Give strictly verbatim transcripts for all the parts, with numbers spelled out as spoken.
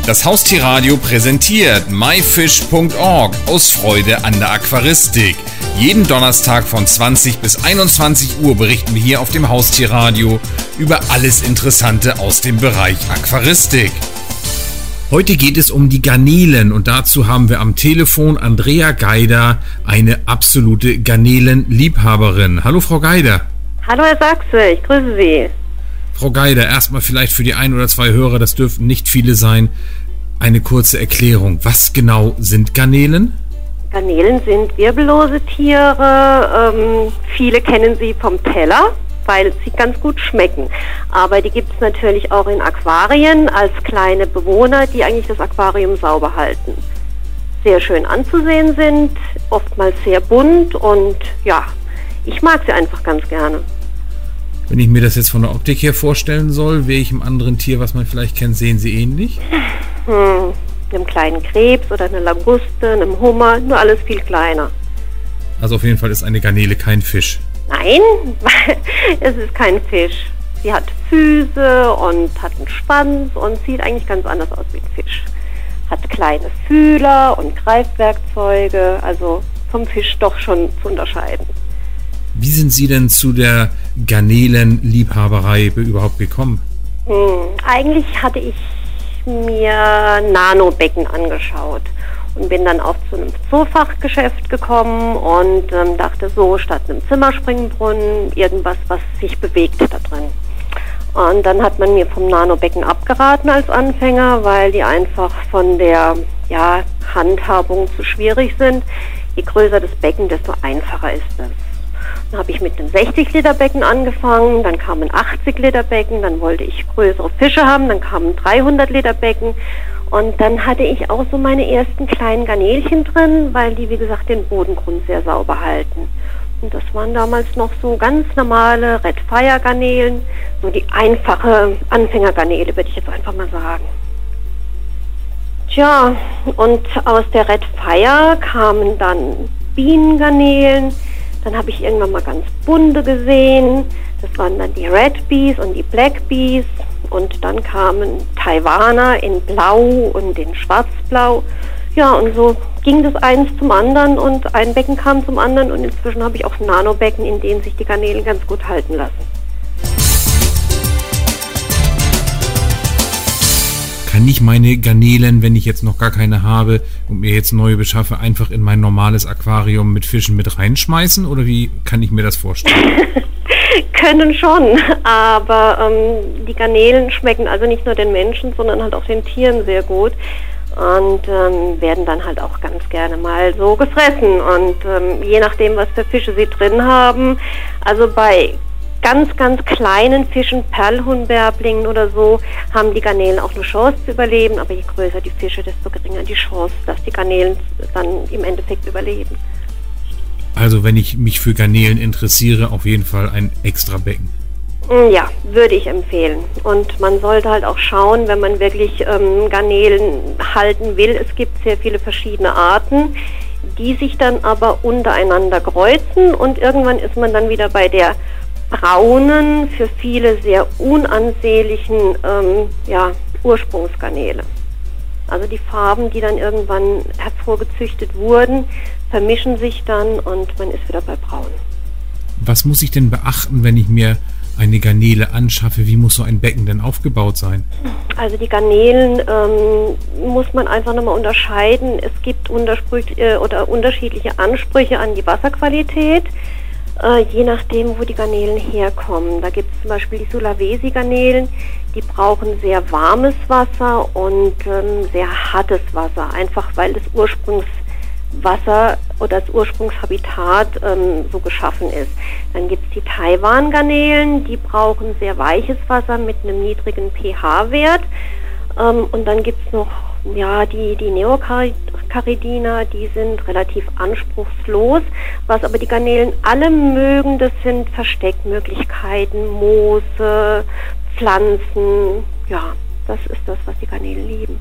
Das Haustierradio präsentiert myfish punkt org aus Freude an der Aquaristik. Jeden Donnerstag von zwanzig bis einundzwanzig Uhr berichten wir hier auf dem Haustierradio über alles Interessante aus dem Bereich Aquaristik. Heute geht es um die Garnelen und dazu haben wir am Telefon Andrea Geider, eine absolute Garnelenliebhaberin. Hallo Frau Geider. Hallo Herr Sachse, ich grüße Sie. Frau Geider, erstmal vielleicht für die ein oder zwei Hörer, das dürften nicht viele sein, eine kurze Erklärung. Was genau sind Garnelen? Garnelen sind wirbellose Tiere. Ähm, viele kennen sie vom Teller, weil sie ganz gut schmecken. Aber die gibt es natürlich auch in Aquarien als kleine Bewohner, die eigentlich das Aquarium sauber halten. Sehr schön anzusehen sind, oftmals sehr bunt und ja, ich mag sie einfach ganz gerne. Wenn ich mir das jetzt von der Optik her vorstellen soll, welchem anderen Tier, was man vielleicht kennt, sehen sie ähnlich? Hm, einem kleinen Krebs oder einer Languste, einem Hummer, nur alles viel kleiner. Also auf jeden Fall ist eine Garnele kein Fisch. Nein, es ist kein Fisch. Sie hat Füße und hat einen Schwanz und sieht eigentlich ganz anders aus wie ein Fisch. Hat kleine Fühler und Greifwerkzeuge, also vom Fisch doch schon zu unterscheiden. Wie sind Sie denn zu der Garnelenliebhaberei überhaupt gekommen? Hm, eigentlich hatte ich mir Nanobecken angeschaut und bin dann auch zu einem Zoofachgeschäft gekommen und ähm, dachte so, statt einem Zimmerspringbrunnen irgendwas, was sich bewegt da drin. Und dann hat man mir vom Nanobecken abgeraten als Anfänger, weil die einfach von der ja, Handhabung zu schwierig sind. Je größer das Becken, desto einfacher ist das. Dann habe ich mit einem sechzig Liter Becken angefangen, dann kam ein achtzig Liter Becken, dann wollte ich größere Fische haben, dann kam ein dreihundert Liter Becken und dann hatte ich auch so meine ersten kleinen Garnelchen drin, weil die, wie gesagt, den Bodengrund sehr sauber halten. Und das waren damals noch so ganz normale Red Fire Garnelen, so die einfache Anfängergarnele, würde ich jetzt einfach mal sagen. Tja, und aus der Red Fire kamen dann Bienengarnelen. Dann habe ich irgendwann mal ganz bunte gesehen. Das waren dann die Red Bees und die Black Bees. Und dann kamen Taiwaner in Blau und in Schwarzblau. Ja, und so ging das eins zum anderen und ein Becken kam zum anderen. Und inzwischen habe ich auch Nanobecken, in denen sich die Garnelen ganz gut halten lassen. Kann ich meine Garnelen, wenn ich jetzt noch gar keine habe und mir jetzt neue beschaffe, einfach in mein normales Aquarium mit Fischen mit reinschmeißen? Oder wie kann ich mir das vorstellen? Können schon, aber ähm, die Garnelen schmecken also nicht nur den Menschen, sondern halt auch den Tieren sehr gut und ähm, werden dann halt auch ganz gerne mal so gefressen. Und ähm, je nachdem, was für Fische sie drin haben, also bei ganz, ganz kleinen Fischen, Perlhuhnbärblingen oder so, haben die Garnelen auch eine Chance zu überleben, aber je größer die Fische, desto geringer die Chance, dass die Garnelen dann im Endeffekt überleben. Also wenn ich mich für Garnelen interessiere, auf jeden Fall ein extra Becken. Ja, würde ich empfehlen. Und man sollte halt auch schauen, wenn man wirklich ähm, Garnelen halten will, es gibt sehr viele verschiedene Arten, die sich dann aber untereinander kreuzen und irgendwann ist man dann wieder bei der braunen, für viele sehr unansehnlichen ähm, ja, Ursprungsgarnele. Also die Farben, die dann irgendwann hervorgezüchtet wurden, vermischen sich dann und man ist wieder bei braun. Was muss ich denn beachten, wenn ich mir eine Garnele anschaffe? Wie muss so ein Becken denn aufgebaut sein? Also die Garnelen ähm, muss man einfach nochmal unterscheiden. Es gibt Untersprüche, äh, oder unterschiedliche Ansprüche an die Wasserqualität. Äh, je nachdem, wo die Garnelen herkommen. Da gibt es zum Beispiel die Sulawesi-Garnelen, die brauchen sehr warmes Wasser und ähm, sehr hartes Wasser, einfach weil das Ursprungswasser oder das Ursprungshabitat ähm, so geschaffen ist. Dann gibt es die Taiwan-Garnelen, die brauchen sehr weiches Wasser mit einem niedrigen pH-Wert. Ähm, und dann gibt es noch ja, die, die Neocaridina, die sind relativ anspruchslos. Was aber die Garnelen alle mögen, das sind Versteckmöglichkeiten, Moose, Pflanzen. Ja, das ist das, was die Garnelen lieben.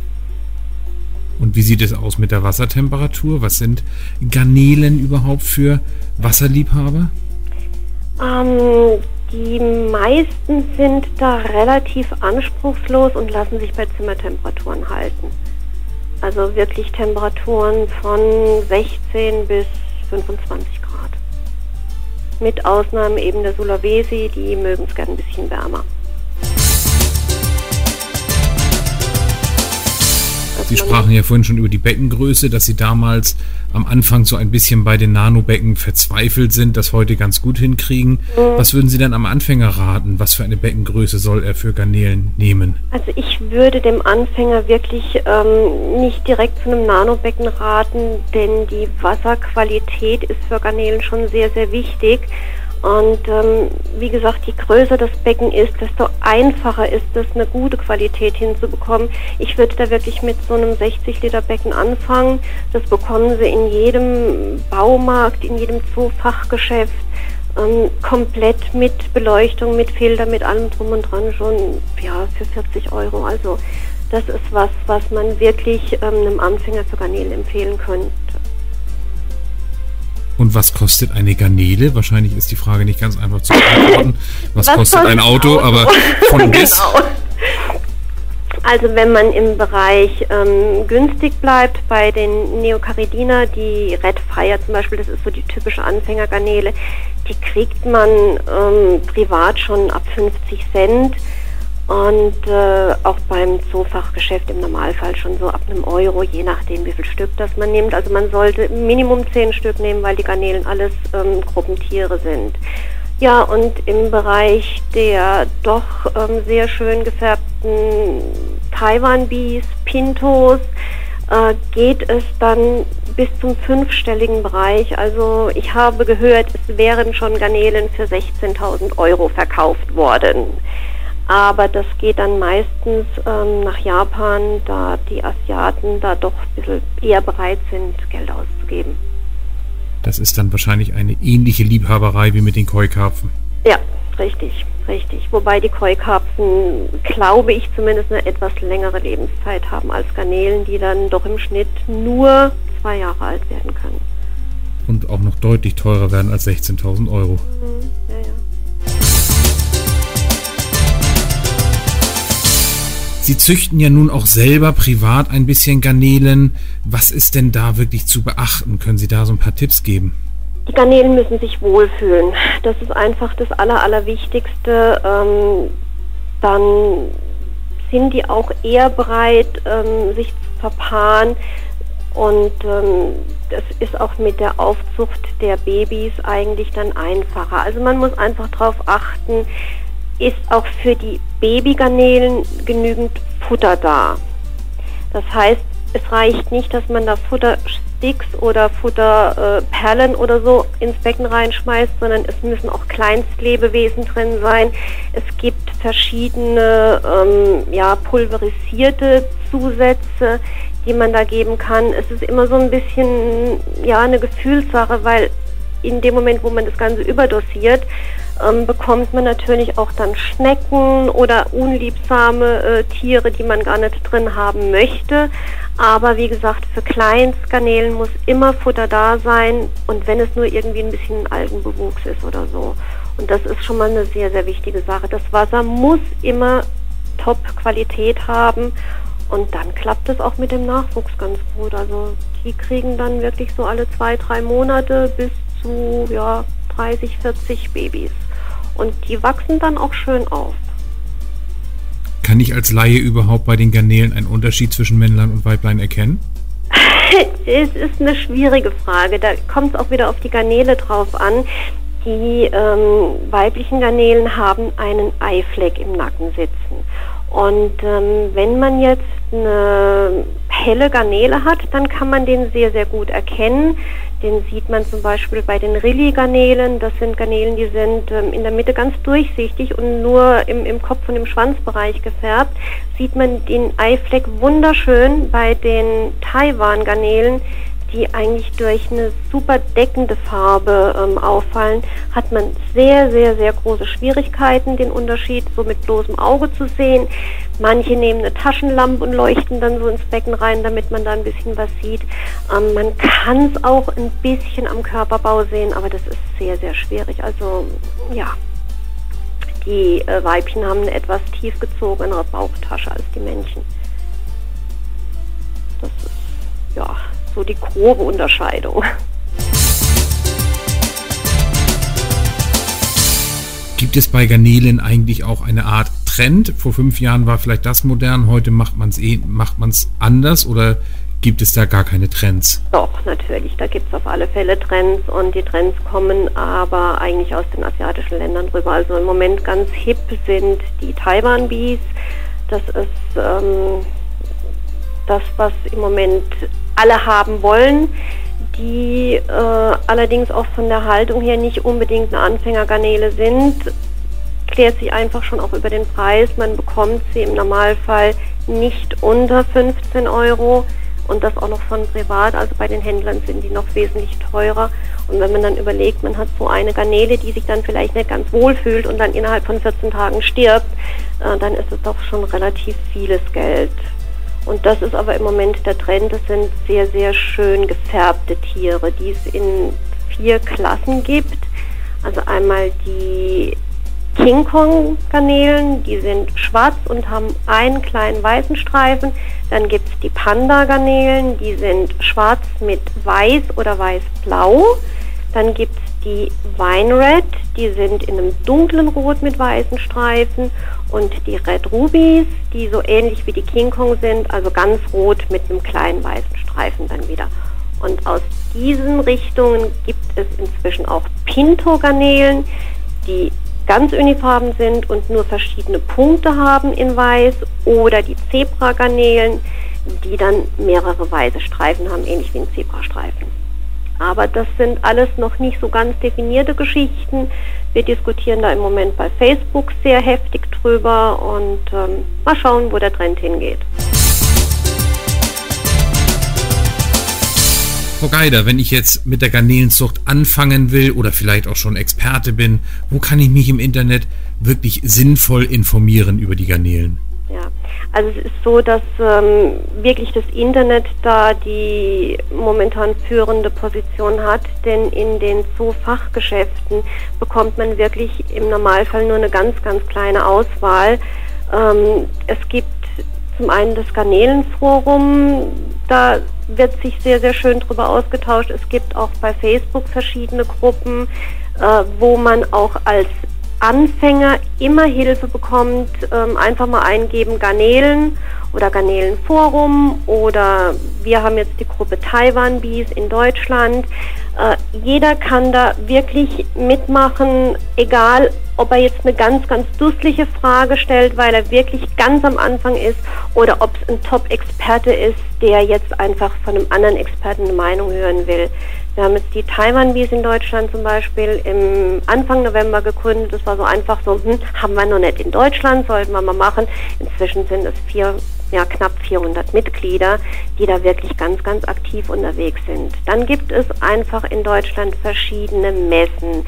Und wie sieht es aus mit der Wassertemperatur? Was sind Garnelen überhaupt für Wasserliebhaber? Ähm, Die meisten sind da relativ anspruchslos und lassen sich bei Zimmertemperaturen halten. Also wirklich Temperaturen von sechzehn bis fünfundzwanzig Grad. Mit Ausnahme eben der Sulawesi, die mögen es gerne ein bisschen wärmer. Sie sprachen ja vorhin schon über die Beckengröße, dass Sie damals am Anfang so ein bisschen bei den Nanobecken verzweifelt sind, das heute ganz gut hinkriegen. Mhm. Was würden Sie denn am Anfänger raten? Was für eine Beckengröße soll er für Garnelen nehmen? Also ich würde dem Anfänger wirklich ähm, nicht direkt zu einem Nanobecken raten, denn die Wasserqualität ist für Garnelen schon sehr, sehr wichtig. Und ähm, wie gesagt, je größer das Becken ist, desto einfacher ist es, eine gute Qualität hinzubekommen. Ich würde da wirklich mit so einem sechzig Liter Becken anfangen. Das bekommen Sie in jedem Baumarkt, in jedem Zoofachgeschäft, ähm, komplett mit Beleuchtung, mit Filter, mit allem drum und dran schon ja, für vierzig Euro. Also das ist was, was man wirklich ähm, einem Anfänger für Garnelen empfehlen könnte. Und was kostet eine Garnele? Wahrscheinlich ist die Frage nicht ganz einfach zu beantworten. Was, was kostet ein Auto? Auto? Aber von bis? Genau. Also wenn man im Bereich ähm, günstig bleibt, bei den Neocaridina, die Red Fire zum Beispiel, das ist so die typische Anfängergarnele, die kriegt man ähm, privat schon ab fünfzig Cent. Und äh, auch beim Zoofachgeschäft im Normalfall schon so ab einem Euro, je nachdem wie viel Stück das man nimmt. Also man sollte Minimum zehn Stück nehmen, weil die Garnelen alles ähm, Gruppentiere sind. Ja, und im Bereich der doch ähm, sehr schön gefärbten Taiwan-Bees, Pintos, äh, geht es dann bis zum fünfstelligen Bereich. Also ich habe gehört, es wären schon Garnelen für sechzehntausend Euro verkauft worden. Aber das geht dann meistens ähm, nach Japan, da die Asiaten da doch ein bisschen eher bereit sind, Geld auszugeben. Das ist dann wahrscheinlich eine ähnliche Liebhaberei wie mit den Koi-Karpfen. Ja, richtig, richtig. Wobei die Koi-Karpfen, glaube ich, zumindest eine etwas längere Lebenszeit haben als Garnelen, die dann doch im Schnitt nur zwei Jahre alt werden können. Und auch noch deutlich teurer werden als sechzehntausend Euro. Mhm, ja, ja. Sie züchten ja nun auch selber privat ein bisschen Garnelen. Was ist denn da wirklich zu beachten? Können Sie da so ein paar Tipps geben? Die Garnelen müssen sich wohlfühlen. Das ist einfach das Aller, Allerwichtigste. Ähm, dann sind die auch eher bereit, ähm, sich zu verpaaren. Und ähm, das ist auch mit der Aufzucht der Babys eigentlich dann einfacher. Also man muss einfach darauf achten, ist auch für die Babygarnelen genügend Futter da. Das heißt, es reicht nicht, dass man da Futtersticks oder Futterperlen äh, oder so ins Becken reinschmeißt, sondern es müssen auch Kleinstlebewesen drin sein. Es gibt verschiedene ähm, ja, pulverisierte Zusätze, die man da geben kann. Es ist immer so ein bisschen ja, eine Gefühlssache, weil in dem Moment, wo man das Ganze überdosiert, ähm, bekommt man natürlich auch dann Schnecken oder unliebsame äh, Tiere, die man gar nicht drin haben möchte. Aber wie gesagt, für Kleinstgarnelen muss immer Futter da sein und wenn es nur irgendwie ein bisschen Algenbewuchs ist oder so. Und das ist schon mal eine sehr, sehr wichtige Sache. Das Wasser muss immer Top-Qualität haben und dann klappt es auch mit dem Nachwuchs ganz gut. Also die kriegen dann wirklich so alle zwei, drei Monate bis zu ja, dreißig, vierzig Babys. Und die wachsen dann auch schön auf. Kann ich als Laie überhaupt bei den Garnelen einen Unterschied zwischen Männlein und Weiblein erkennen? Es ist eine schwierige Frage. Da kommt es auch wieder auf die Garnele drauf an. Die ähm, weiblichen Garnelen haben einen Eifleck im Nacken sitzen. Und ähm, wenn man jetzt eine helle Garnele hat, dann kann man den sehr, sehr gut erkennen. Den sieht man zum Beispiel bei den Rilli-Garnelen. Das sind Garnelen, die sind ähm, in der Mitte ganz durchsichtig und nur im, im Kopf- und im Schwanzbereich gefärbt. Sieht man den Eifleck wunderschön bei den Taiwan-Garnelen, die eigentlich durch eine super deckende Farbe ähm, auffallen, hat man sehr, sehr, sehr große Schwierigkeiten, den Unterschied so mit bloßem Auge zu sehen. Manche nehmen eine Taschenlampe und leuchten dann so ins Becken rein, damit man da ein bisschen was sieht. Ähm, man kann es auch ein bisschen am Körperbau sehen, aber das ist sehr, sehr schwierig. Also, ja. Die äh, Weibchen haben eine etwas tief gezogenere Bauchtasche als die Männchen. Das ist ja so die grobe Unterscheidung. Gibt es bei Garnelen eigentlich auch eine Art Trend? Vor fünf Jahren war vielleicht das modern, heute macht man es eh, macht man es anders, oder gibt es da gar keine Trends? Doch, natürlich, da gibt es auf alle Fälle Trends, und die Trends kommen aber eigentlich aus den asiatischen Ländern rüber. Also im Moment ganz hip sind die Taiwan Bees. Das ist ähm, das, was im Moment alle haben wollen, die äh, allerdings auch von der Haltung her nicht unbedingt eine Anfängergarnele sind. Klärt sich einfach schon auch über den Preis. Man bekommt sie im Normalfall nicht unter fünfzehn Euro, und das auch noch von privat. Also bei den Händlern sind die noch wesentlich teurer. Und wenn man dann überlegt, man hat so eine Garnele, die sich dann vielleicht nicht ganz wohl fühlt und dann innerhalb von vierzehn Tagen stirbt, äh, dann ist es doch schon relativ vieles Geld. Und das ist aber im Moment der Trend. Das sind sehr, sehr schön gefärbte Tiere, die es in vier Klassen gibt. Also einmal die King Kong Garnelen, die sind schwarz und haben einen kleinen weißen Streifen. Dann gibt es die Panda Garnelen, die sind schwarz mit weiß oder weiß-blau. Dann gibt es die Wine Red, die sind in einem dunklen Rot mit weißen Streifen. Und die Red Rubies, die so ähnlich wie die King Kong sind, also ganz rot mit einem kleinen weißen Streifen dann wieder. Und aus diesen Richtungen gibt es inzwischen auch Pinto-Garnelen, die ganz unifarben sind und nur verschiedene Punkte haben in weiß, oder die Zebra-Garnelen, die dann mehrere weiße Streifen haben, ähnlich wie ein Zebrastreifen. Aber das sind alles noch nicht so ganz definierte Geschichten. Wir diskutieren da im Moment bei Facebook sehr heftig drüber, und ähm, mal schauen, wo der Trend hingeht. Frau Geider, wenn ich jetzt mit der Garnelenzucht anfangen will oder vielleicht auch schon Experte bin, wo kann ich mich im Internet wirklich sinnvoll informieren über die Garnelen? Ja, also es ist so, dass ähm, wirklich das Internet da die momentan führende Position hat, denn in den Zoofachgeschäften bekommt man wirklich im Normalfall nur eine ganz, ganz kleine Auswahl. Ähm, es gibt zum einen das Garnelenforum, da wird sich sehr, sehr schön drüber ausgetauscht. Es gibt auch bei Facebook verschiedene Gruppen, äh, wo man auch als Anfänger immer Hilfe bekommt. Ähm, einfach mal eingeben Garnelen oder Garnelenforum, oder wir haben jetzt die Gruppe Taiwan Bees in Deutschland. Äh, jeder kann da wirklich mitmachen, egal ob er jetzt eine ganz, ganz dusselige Frage stellt, weil er wirklich ganz am Anfang ist, oder ob es ein Top-Experte ist, der jetzt einfach von einem anderen Experten eine Meinung hören will. Wir haben jetzt die Taiwan Bees in Deutschland zum Beispiel im Anfang November gegründet. Das war so einfach so, hm, haben wir noch nicht in Deutschland, sollten wir mal machen. Inzwischen sind es vier, ja, knapp vierhundert Mitglieder, die da wirklich ganz, ganz aktiv unterwegs sind. Dann gibt es einfach in Deutschland verschiedene Messen,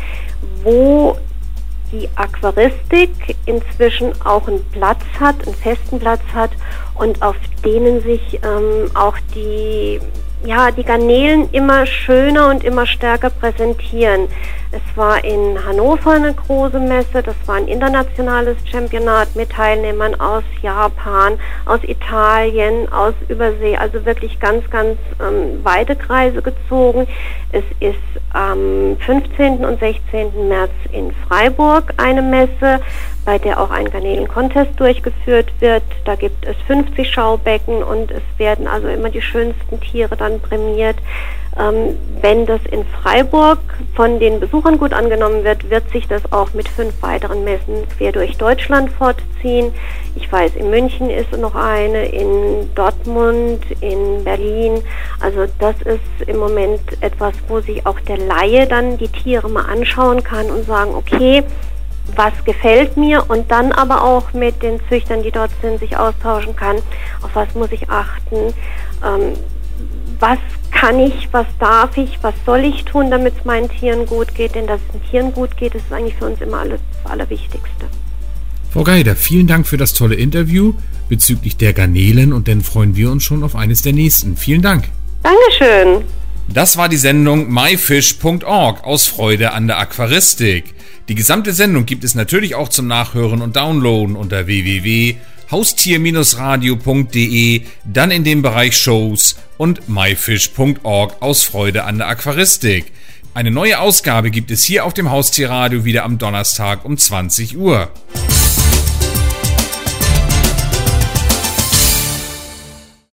wo die Aquaristik inzwischen auch einen Platz hat, einen festen Platz hat, und auf denen sich ähm, auch die ja, die Garnelen immer schöner und immer stärker präsentieren. Es war in Hannover eine große Messe, das war ein internationales Championat mit Teilnehmern aus Japan, aus Italien, aus Übersee, also wirklich ganz, ganz ähm, weite Kreise gezogen. Es ist am fünfzehnten und sechzehnten März in Freiburg eine Messe, bei der auch ein Garnelen-Contest durchgeführt wird. Da gibt es fünfzig Schaubecken, und es werden also immer die schönsten Tiere dann prämiert. Ähm, wenn das in Freiburg von den Besuchern gut angenommen wird, wird sich das auch mit fünf weiteren Messen quer durch Deutschland fortziehen. Ich weiß, in München ist noch eine, in Dortmund, in Berlin. Also das ist im Moment etwas, wo sich auch der Laie dann die Tiere mal anschauen kann und sagen, okay, was gefällt mir, und dann aber auch mit den Züchtern, die dort sind, sich austauschen kann. Auf was muss ich achten? Ähm, was kann ich, was darf ich, was soll ich tun, damit es meinen Tieren gut geht? Denn dass es den Tieren gut geht, ist eigentlich für uns immer alles, das Allerwichtigste. Frau Geider, vielen Dank für das tolle Interview bezüglich der Garnelen, und dann freuen wir uns schon auf eines der nächsten. Vielen Dank. Dankeschön. Das war die Sendung myfish punkt org aus Freude an der Aquaristik. Die gesamte Sendung gibt es natürlich auch zum Nachhören und Downloaden unter w w w punkt haustier radio punkt de, dann in dem Bereich Shows und myfish punkt org aus Freude an der Aquaristik. Eine neue Ausgabe gibt es hier auf dem Haustierradio wieder am Donnerstag um zwanzig Uhr.